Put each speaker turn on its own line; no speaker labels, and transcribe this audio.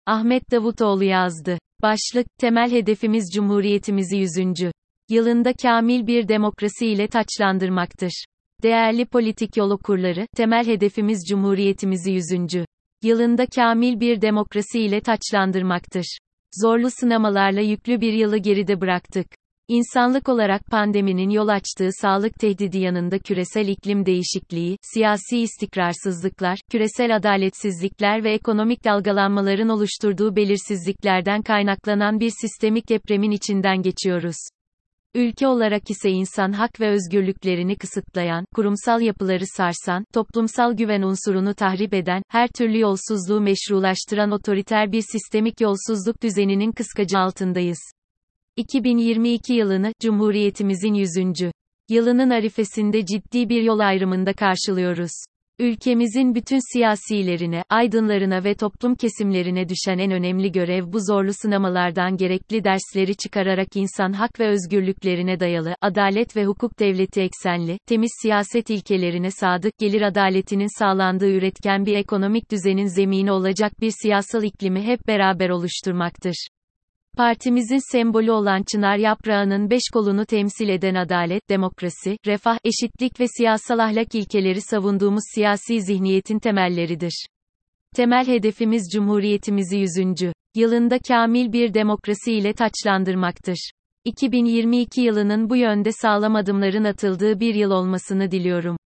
Ahmet Davutoğlu yazdı. Başlık, temel hedefimiz Cumhuriyetimizi 100. yılında kamil bir demokrasi ile taçlandırmaktır. Değerli politik yol okurları, temel hedefimiz Cumhuriyetimizi 100. yılında kamil bir demokrasi ile taçlandırmaktır. Zorlu sınamalarla yüklü bir yılı geride bıraktık. İnsanlık olarak pandeminin yol açtığı sağlık tehdidi yanında küresel iklim değişikliği, siyasi istikrarsızlıklar, küresel adaletsizlikler ve ekonomik dalgalanmaların oluşturduğu belirsizliklerden kaynaklanan bir sistemik depremin içinden geçiyoruz. Ülke olarak ise insan hak ve özgürlüklerini kısıtlayan, kurumsal yapıları sarsan, toplumsal güven unsurunu tahrip eden, her türlü yolsuzluğu meşrulaştıran otoriter bir sistemik yolsuzluk düzeninin kıskacı altındayız. 2022 yılını, Cumhuriyetimizin 100. yılının arifesinde ciddi bir yol ayrımında karşılıyoruz. Ülkemizin bütün siyasilerine, aydınlarına ve toplum kesimlerine düşen en önemli görev bu zorlu sınamalardan gerekli dersleri çıkararak insan hak ve özgürlüklerine dayalı, adalet ve hukuk devleti eksenli, temiz siyaset ilkelerine sadık, gelir adaletinin sağlandığı üretken bir ekonomik düzenin zemini olacak bir siyasal iklimi hep beraber oluşturmaktır. Partimizin sembolü olan çınar yaprağının 5 kolunu temsil eden adalet, demokrasi, refah, eşitlik ve siyasal ahlak ilkeleri savunduğumuz siyasi zihniyetin temelleridir. Temel hedefimiz Cumhuriyetimizi 100. yılında kamil bir demokrasi ile taçlandırmaktır. 2022 yılının bu yönde sağlam adımların atıldığı bir yıl olmasını diliyorum.